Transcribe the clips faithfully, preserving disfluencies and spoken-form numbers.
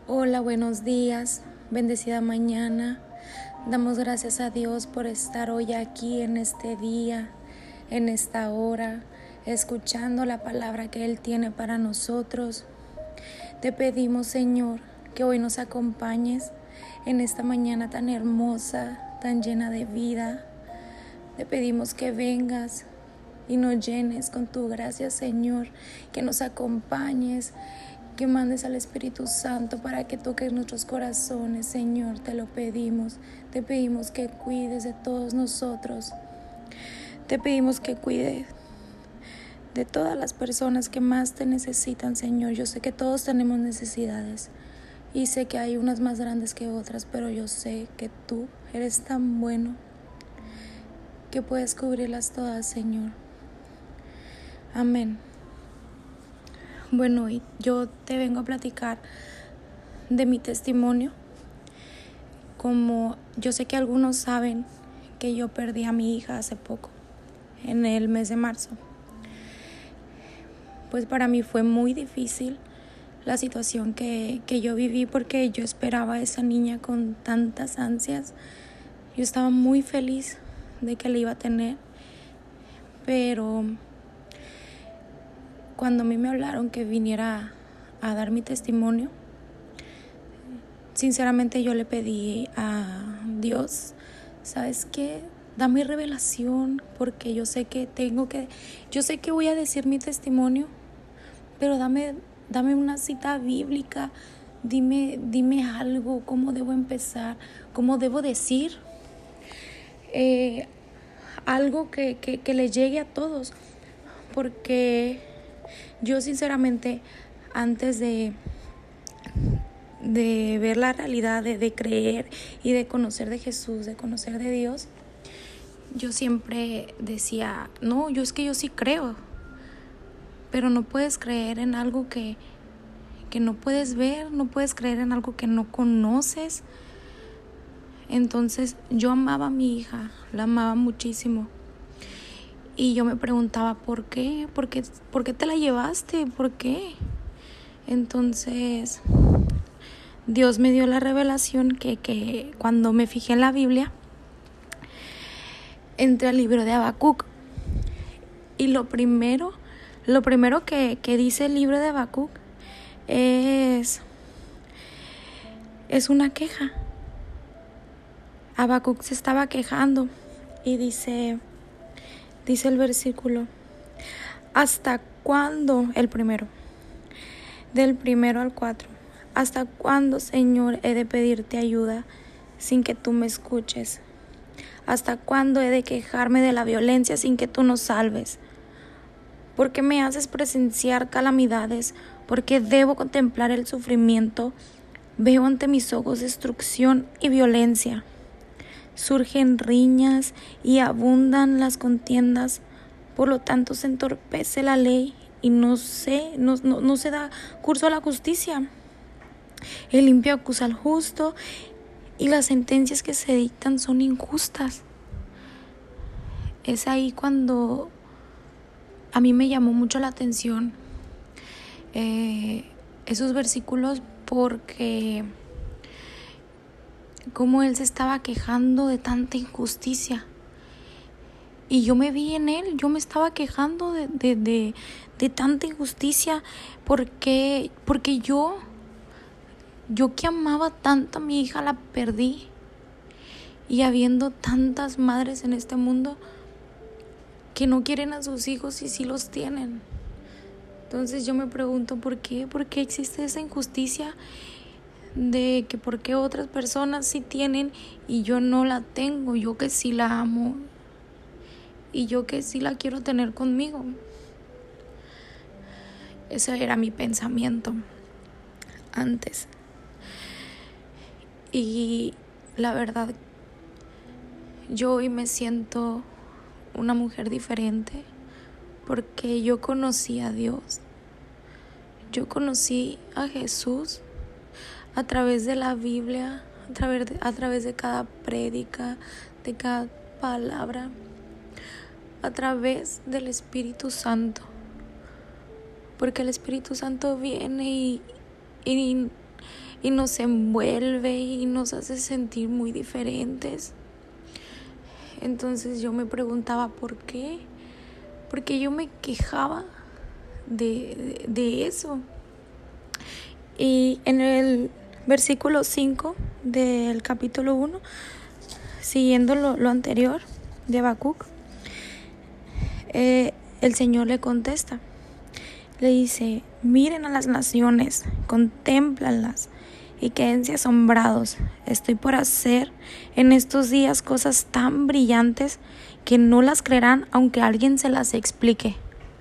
Hola, buenos días, bendecida mañana. Damos gracias a Dios por estar hoy aquí en este día, en esta hora, escuchando la palabra que Él tiene para nosotros. Te pedimos, Señor, que hoy nos acompañes en esta mañana tan hermosa, tan llena de vida. Te pedimos que vengas y nos llenes con tu gracia, Señor, que nos acompañes, que mandes al Espíritu Santo para que toques nuestros corazones, Señor, te lo pedimos. Te pedimos que cuides de todos nosotros. Te pedimos que cuides de todas las personas que más te necesitan, Señor. Yo sé que todos tenemos necesidades y sé que hay unas más grandes que otras, pero yo sé que tú eres tan bueno que puedes cubrirlas todas, Señor. Amén. Bueno, y yo te vengo a platicar de mi testimonio. Como yo sé que algunos saben que yo perdí a mi hija hace poco, en el mes de marzo. Pues para mí fue muy difícil la situación que, que yo viví, porque yo esperaba a esa niña con tantas ansias. Yo estaba muy feliz de que la iba a tener, pero cuando a mí me hablaron que viniera a dar mi testimonio, sinceramente yo le pedí a Dios, ¿sabes qué? Dame revelación, porque yo sé que tengo que, yo sé que voy a decir mi testimonio, pero dame, dame una cita bíblica, dime, dime algo, cómo debo empezar, cómo debo decir, eh, algo que, que, que le llegue a todos, porque yo sinceramente antes de de ver la realidad, de, de creer y de conocer de Jesús, de conocer de Dios, yo siempre decía, no, yo es que yo sí creo, pero no puedes creer en algo que, que no puedes ver, no puedes creer en algo que no conoces. Entonces yo amaba a mi hija, la amaba muchísimo. Y yo me preguntaba, ¿por qué? ¿Por qué, por qué te la llevaste? ¿Por qué? Entonces Dios me dio la revelación que, que cuando me fijé en la Biblia, entré al libro de Habacuc. Y lo primero, lo primero que, que dice el libro de Habacuc es, es una queja. Habacuc se estaba quejando y dice, dice el versículo, ¿hasta cuándo? El primero, del primero al cuatro. ¿Hasta cuándo, Señor, he de pedirte ayuda sin que tú me escuches? ¿Hasta cuándo he de quejarme de la violencia sin que tú nos salves? ¿Por qué me haces presenciar calamidades? ¿Por qué debo contemplar el sufrimiento? Veo ante mis ojos destrucción y violencia. Surgen riñas y abundan las contiendas. Por lo tanto se entorpece la ley y no se, no, no, no se da curso a la justicia. El limpio acusa al justo y las sentencias que se dictan son injustas. Es ahí cuando a mí me llamó mucho la atención eh, esos versículos, porque como él se estaba quejando de tanta injusticia. Y yo me vi en él, yo me estaba quejando de, de, de, de tanta injusticia, porque, porque yo... Yo que amaba tanto a mi hija la perdí. Y habiendo tantas madres en este mundo que no quieren a sus hijos y sí los tienen. Entonces yo me pregunto, ¿por qué? ¿Por qué existe esa injusticia de que por qué otras personas sí tienen y yo no la tengo? Yo que sí la amo y yo que sí la quiero tener conmigo. Ese era mi pensamiento antes. Y la verdad, yo hoy me siento una mujer diferente, porque yo conocí a Dios. Yo conocí a Jesús a través de la Biblia, a través de, a través de cada prédica, de cada palabra, a través del Espíritu Santo. Porque el Espíritu Santo viene y, y y nos envuelve y nos hace sentir muy diferentes. Entonces yo me preguntaba por qué, porque yo me quejaba de, de, de eso. Y en el versículo cinco del capítulo uno, siguiendo lo, lo anterior de Habacuc, eh, el Señor le contesta, le dice: miren a las naciones, contémplanlas y quédense asombrados. Estoy por hacer en estos días cosas tan brillantes que no las creerán aunque alguien se las explique.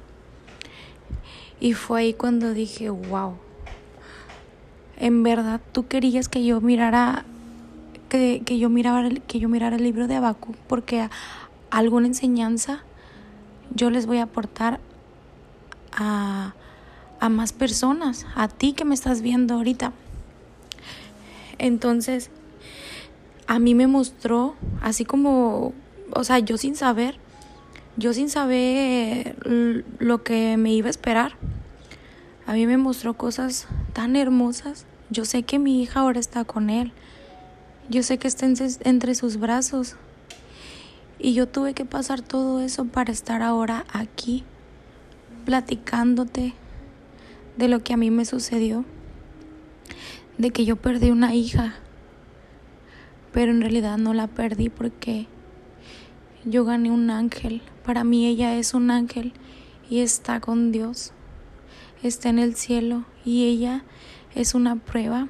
Y fue ahí cuando dije: wow, en verdad tú querías que yo mirara que, que yo mirara que yo mirara el libro de Habacuc, porque alguna enseñanza yo les voy a aportar a, a más personas, a ti que me estás viendo ahorita. Entonces, a mí me mostró, así como, o sea, yo sin saber, yo sin saber lo que me iba a esperar, a mí me mostró cosas tan hermosas. Yo sé que mi hija ahora está con él, yo sé que está entre sus brazos, y yo tuve que pasar todo eso para estar ahora aquí, platicándote de lo que a mí me sucedió, de que yo perdí una hija, pero en realidad no la perdí porque yo gané un ángel. Para mí ella es un ángel y está con Dios, está en el cielo, y ella es una prueba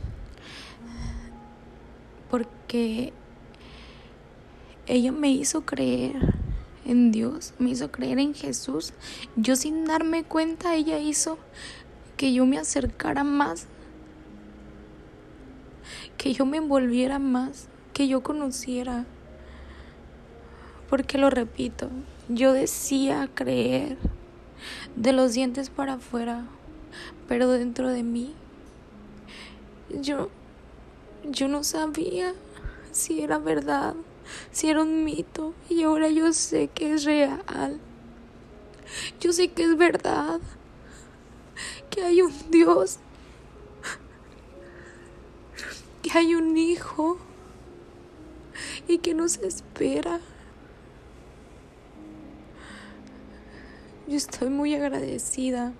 porque ella me hizo creer en Dios, me hizo creer en Jesús. Yo sin darme cuenta, ella hizo que yo me acercara más, que yo me envolviera más, que yo conociera. Porque lo repito, yo decía creer de los dientes para afuera, pero dentro de mí yo, yo no sabía si era verdad, si era un mito, y ahora yo sé que es real. Yo sé que es verdad, que hay un Dios, que hay un Hijo y que nos espera. Yo estoy muy agradecida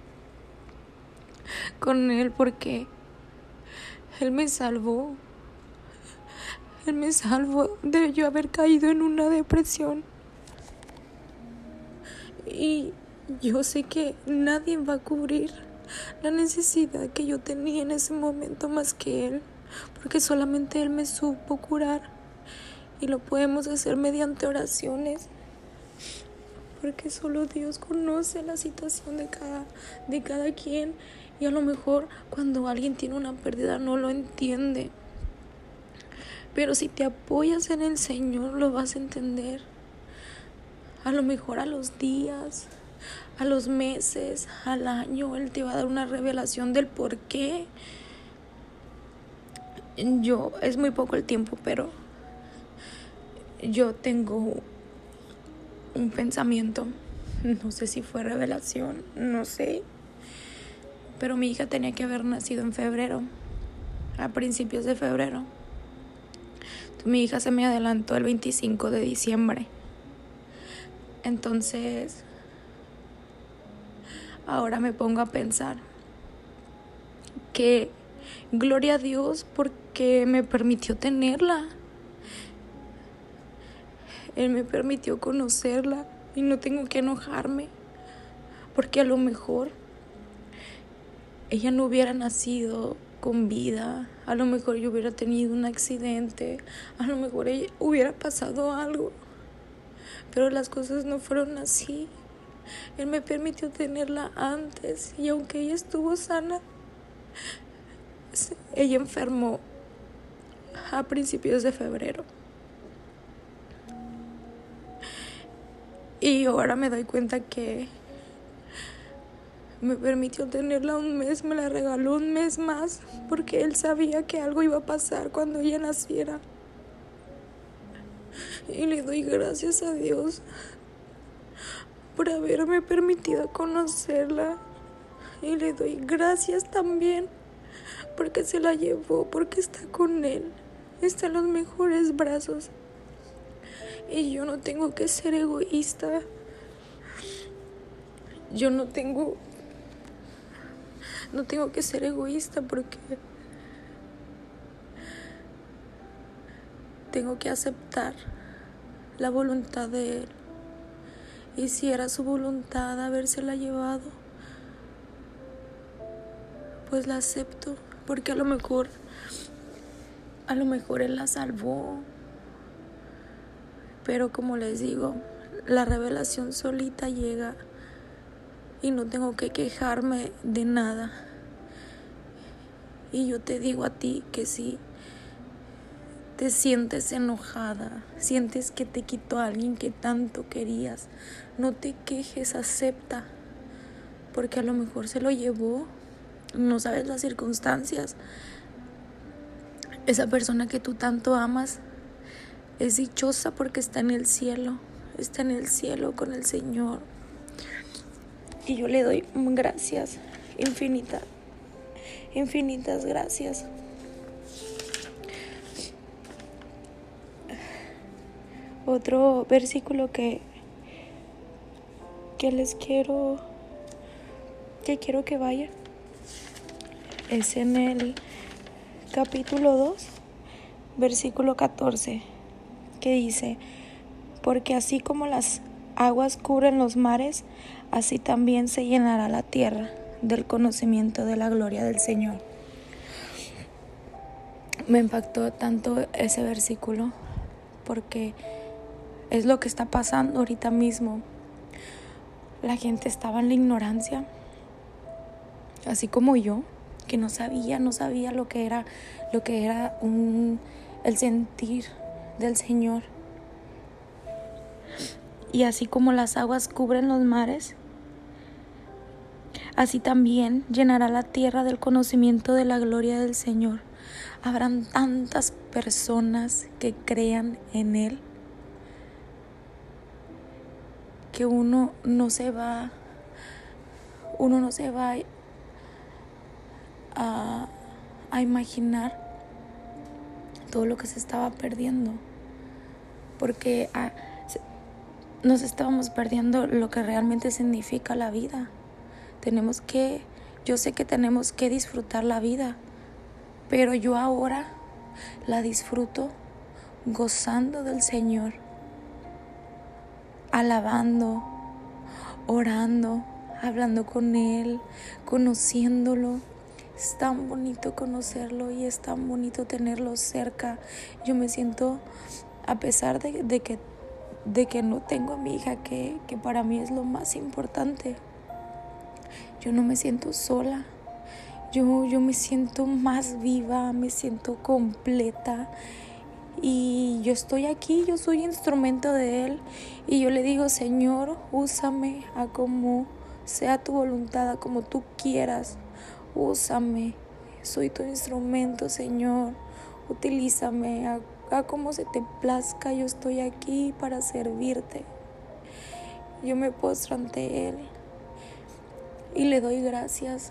con Él porque Él me salvó. Él me salvó de yo haber caído en una depresión. Y yo sé que nadie va a cubrir la necesidad que yo tenía en ese momento más que Él, porque solamente Él me supo curar, y lo podemos hacer mediante oraciones, porque solo Dios conoce la situación de cada, de cada quien, y a lo mejor cuando alguien tiene una pérdida no lo entiende, pero si te apoyas en el Señor lo vas a entender. A lo mejor a los días, a los meses, al año, Él te va a dar una revelación del por qué. Yo, es muy poco el tiempo, pero yo tengo un pensamiento, no sé si fue revelación, no sé, pero mi hija tenía que haber nacido en febrero, a principios de febrero. Entonces, mi hija se me adelantó el veinticinco de diciembre. Entonces, ahora me pongo a pensar que gloria a Dios porque me permitió tenerla. Él me permitió conocerla y no tengo que enojarme, porque a lo mejor ella no hubiera nacido con vida, a lo mejor yo hubiera tenido un accidente, a lo mejor ella hubiera pasado algo, pero las cosas no fueron así. Él me permitió tenerla antes, y aunque ella estuvo sana, ella enfermó a principios de febrero. Y ahora me doy cuenta que me permitió tenerla un mes, me la regaló un mes más, porque Él sabía que algo iba a pasar cuando ella naciera. Y le doy gracias a Dios por haberme permitido conocerla. Y le doy gracias también porque se la llevó, porque está con Él, está en los mejores brazos. Y yo no tengo que ser egoísta. Yo no tengo, no tengo que ser egoísta porque tengo que aceptar la voluntad de Él. Y si era su voluntad habérsela llevado, pues la acepto, porque a lo mejor, a lo mejor Él la salvó. Pero como les digo, la revelación solita llega y no tengo que quejarme de nada. Y yo te digo a ti que si te sientes enojada, sientes que te quitó a alguien que tanto querías, no te quejes, acepta, porque a lo mejor se lo llevó, no sabes las circunstancias. Esa persona que tú tanto amas es dichosa porque está en el cielo, está en el cielo con el Señor. Y yo le doy gracias, infinitas, infinitas gracias. Otro versículo que, que les quiero, que quiero que vayan, es en el capítulo dos, versículo catorce, que dice: porque así como las aguas cubren los mares, así también se llenará la tierra del conocimiento de la gloria del Señor. Me impactó tanto ese versículo porque es lo que está pasando ahorita mismo. La gente estaba en la ignorancia, así como yo, que no sabía, no sabía lo que era, lo que era un, el sentir del Señor. Y así como las aguas cubren los mares, así también llenará la tierra del conocimiento de la gloria del Señor. Habrán tantas personas que crean en Él que uno no se va, uno no se va a, a imaginar todo lo que se estaba perdiendo, porque a, nos estábamos perdiendo lo que realmente significa la vida. Tenemos que, yo sé que tenemos que disfrutar la vida, pero yo ahora la disfruto gozando del Señor, alabando, orando, hablando con Él, conociéndolo. Es tan bonito conocerlo y es tan bonito tenerlo cerca. Yo me siento, a pesar de, de, que, de que no tengo a mi hija, que, que para mí es lo más importante, yo no me siento sola. Yo, yo me siento más viva, me siento completa. Y yo estoy aquí, yo soy instrumento de Él. Y yo le digo: Señor, úsame a como sea tu voluntad, a como tú quieras. Úsame, soy tu instrumento, Señor. Utilízame a, a como se te plazca. Yo estoy aquí para servirte. Yo me postro ante Él y le doy gracias.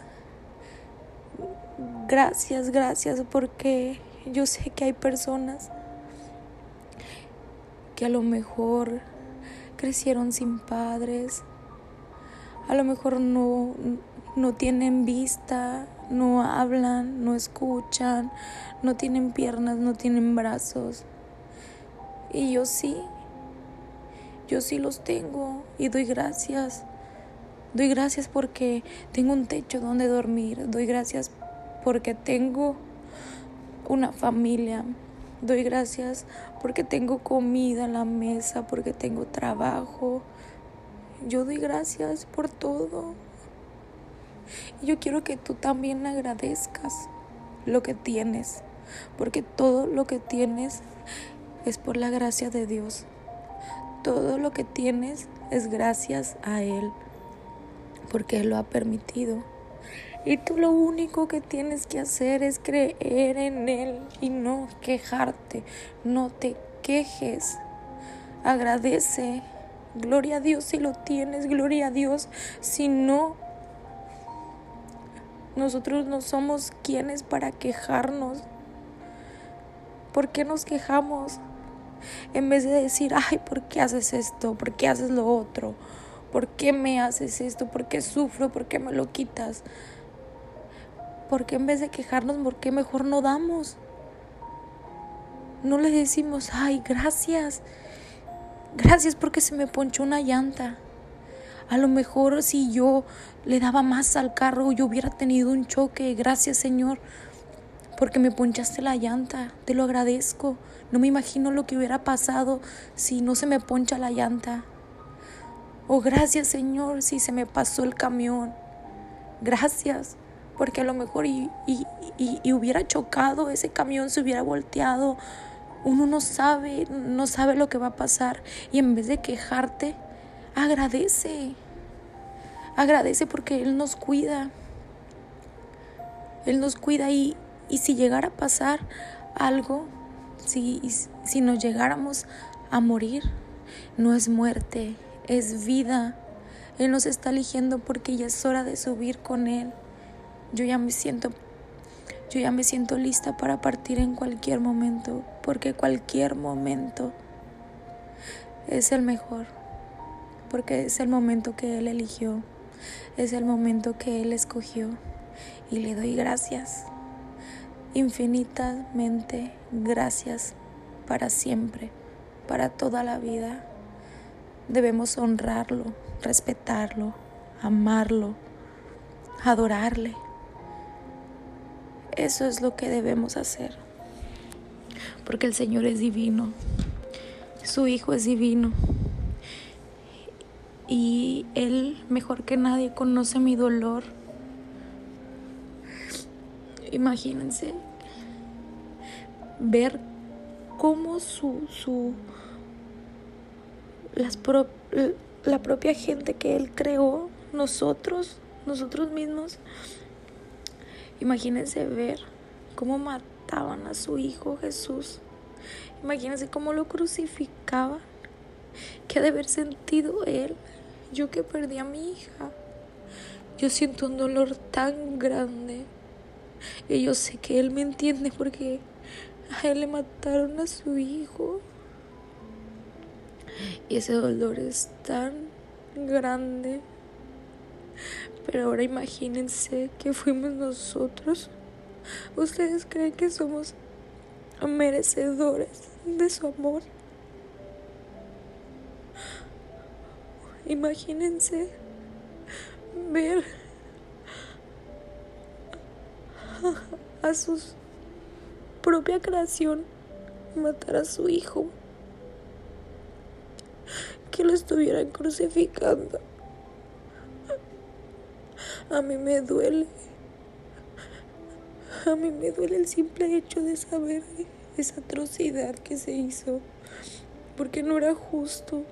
Gracias, gracias, porque yo sé que hay personas que a lo mejor crecieron sin padres, a lo mejor no, no tienen vista, no hablan, no escuchan, no tienen piernas, no tienen brazos. Y yo sí, yo sí los tengo y doy gracias. Doy gracias porque tengo un techo donde dormir, doy gracias porque tengo una familia. Doy gracias porque tengo comida en la mesa, porque tengo trabajo. Yo doy gracias por todo. Y yo quiero que tú también agradezcas lo que tienes, porque todo lo que tienes es por la gracia de Dios. Todo lo que tienes es gracias a Él, porque Él lo ha permitido. Y tú lo único que tienes que hacer es creer en Él y no quejarte. No te quejes. Agradece. Gloria a Dios si lo tienes. Gloria a Dios si no. Nosotros no somos quienes para quejarnos. ¿Por qué nos quejamos? En vez de decir, ay, ¿por qué haces esto? ¿Por qué haces lo otro? ¿Por qué me haces esto? ¿Por qué sufro? ¿Por qué me lo quitas? ¿Por qué en vez de quejarnos, por qué mejor no damos? No le decimos, ay, gracias. Gracias porque se me ponchó una llanta. A lo mejor si yo le daba más al carro, yo hubiera tenido un choque. Gracias, Señor, porque me ponchaste la llanta. Te lo agradezco. No me imagino lo que hubiera pasado si no se me poncha la llanta. O gracias, Señor, si se me pasó el camión. Gracias, porque a lo mejor y, y, y, y hubiera chocado, ese camión se hubiera volteado. Uno no sabe, no sabe lo que va a pasar. Y en vez de quejarte, agradece. Agradece porque Él nos cuida. Él nos cuida y, y si llegara a pasar algo, si, si nos llegáramos a morir, no es muerte, es vida. Él nos está eligiendo porque ya es hora de subir con Él. Yo ya me siento, yo ya me siento lista para partir en cualquier momento, porque cualquier momento es el mejor, porque es el momento que Él eligió, es el momento que Él escogió. Y le doy gracias, infinitamente gracias, para siempre, para toda la vida. Debemos honrarlo, respetarlo, amarlo, adorarle. Eso es lo que debemos hacer, porque el Señor es divino, su Hijo es divino, y Él mejor que nadie conoce mi dolor. Imagínense ver cómo su, su las pro, la propia gente que Él creó, nosotros, nosotros mismos, imagínense ver cómo mataban a su Hijo Jesús. Imagínense cómo lo crucificaban. ¿Qué ha de haber sentido Él? Yo que perdí a mi hija, yo siento un dolor tan grande. Y yo sé que Él me entiende porque a Él le mataron a su hijo. Y ese dolor es tan grande. Pero ahora imagínense que fuimos nosotros. ¿Ustedes creen que somos merecedores de su amor? Imagínense ver a su propia creación matar a su hijo, que lo estuvieran crucificando. A mí me duele, a mí me duele el simple hecho de saber esa atrocidad que se hizo, porque no era justo.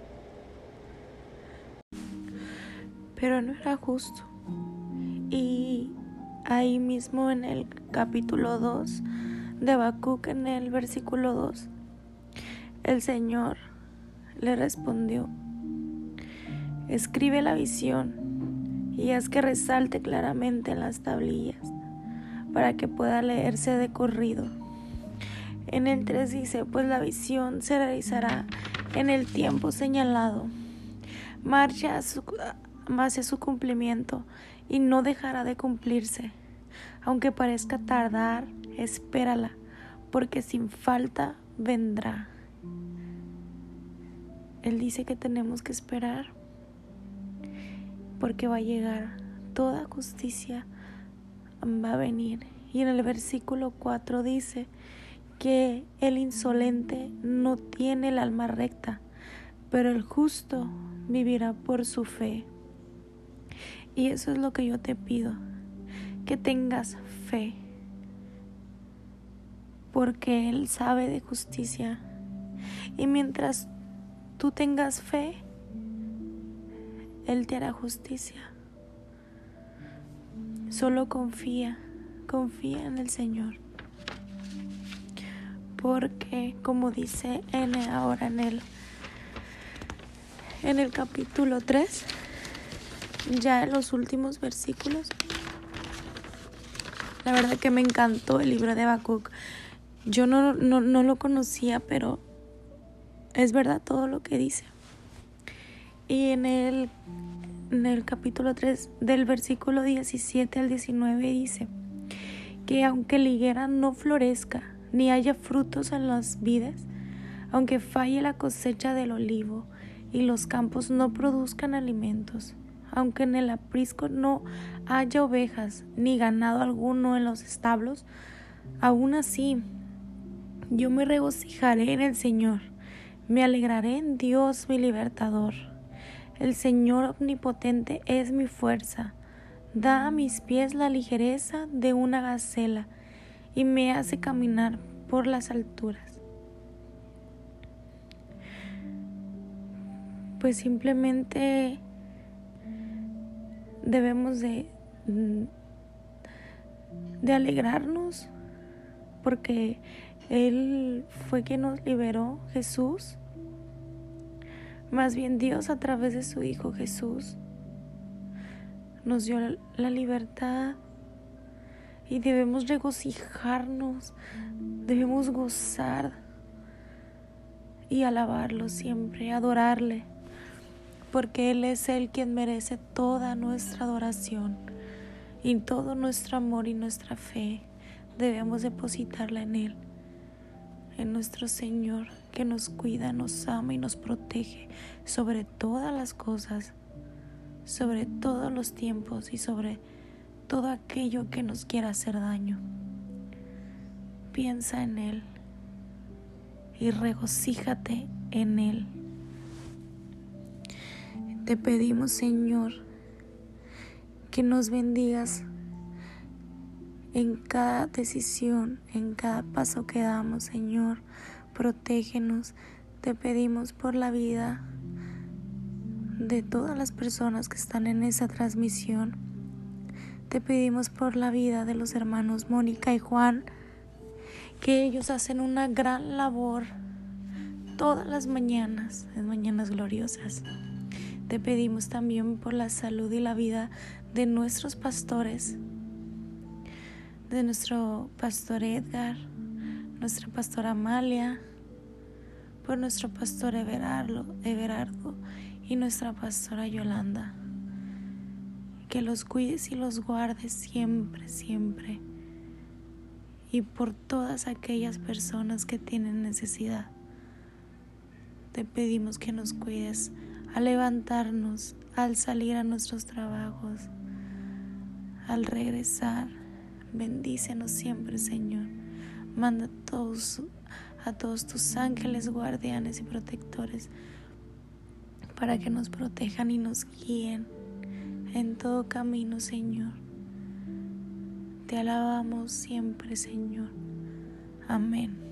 Pero no era justo. Y ahí mismo en el capítulo dos de Habacuc, en el versículo dos, el Señor le respondió: escribe la visión y haz que resalte claramente en las tablillas, para que pueda leerse de corrido. En el tres dice: pues la visión se realizará en el tiempo señalado, marcha a su, hacia su cumplimiento y no dejará de cumplirse. Aunque parezca tardar, espérala, porque sin falta vendrá. Él dice que tenemos que esperar, porque va a llegar, toda justicia va a venir. Y en el versículo cuatro dice que el insolente no tiene el alma recta, pero el justo vivirá por su fe. Y eso es lo que yo te pido, que tengas fe, porque Él sabe de justicia. Y mientras tú tengas fe, Él te hará justicia. Solo confía, confía en el Señor. Porque, como dice en ahora en el, en el capítulo tres, ya en los últimos versículos, La verdad que me encantó el libro de Habacuc. Yo no, no, no lo conocía, pero es verdad todo lo que dice. Y en el, en el capítulo tres, del versículo diecisiete al diecinueve, dice que aunque la higuera no florezca, ni haya frutos en las vides, aunque falle la cosecha del olivo y los campos no produzcan alimentos, aunque en el aprisco no haya ovejas ni ganado alguno en los establos, aún así yo me regocijaré en el Señor, me alegraré en Dios mi libertador. El Señor omnipotente es mi fuerza, da a mis pies la ligereza de una gacela y me hace caminar por las alturas. Pues simplemente debemos de, de alegrarnos porque Él fue quien nos liberó, Jesús. Más bien Dios a través de su Hijo Jesús nos dio la libertad y debemos regocijarnos, debemos gozar y alabarlo siempre, adorarle, porque Él es el quien merece toda nuestra adoración y todo nuestro amor y nuestra fe. Debemos depositarla en Él, en nuestro Señor, que nos cuida, nos ama y nos protege sobre todas las cosas, sobre todos los tiempos y sobre todo aquello que nos quiera hacer daño. Piensa en Él y regocíjate en Él. Te pedimos, Señor, que nos bendigas en cada decisión, en cada paso que damos, Señor. Protégenos. Te pedimos por la vida de todas las personas que están en esa transmisión. Te pedimos por la vida de los hermanos Mónica y Juan, que ellos hacen una gran labor todas las mañanas, en mañanas gloriosas. Te pedimos también por la salud y la vida de nuestros pastores, de nuestro pastor Edgar, nuestra pastora Amalia, por nuestro pastor Everardo, Everardo y nuestra pastora Yolanda. Que los cuides y los guardes siempre, siempre. Y por todas aquellas personas que tienen necesidad. Te pedimos que nos cuides al levantarnos, al salir a nuestros trabajos, al regresar. Bendícenos siempre, Señor. Manda a todos, a todos tus ángeles, guardianes y protectores para que nos protejan y nos guíen en todo camino, Señor. Te alabamos siempre, Señor. Amén.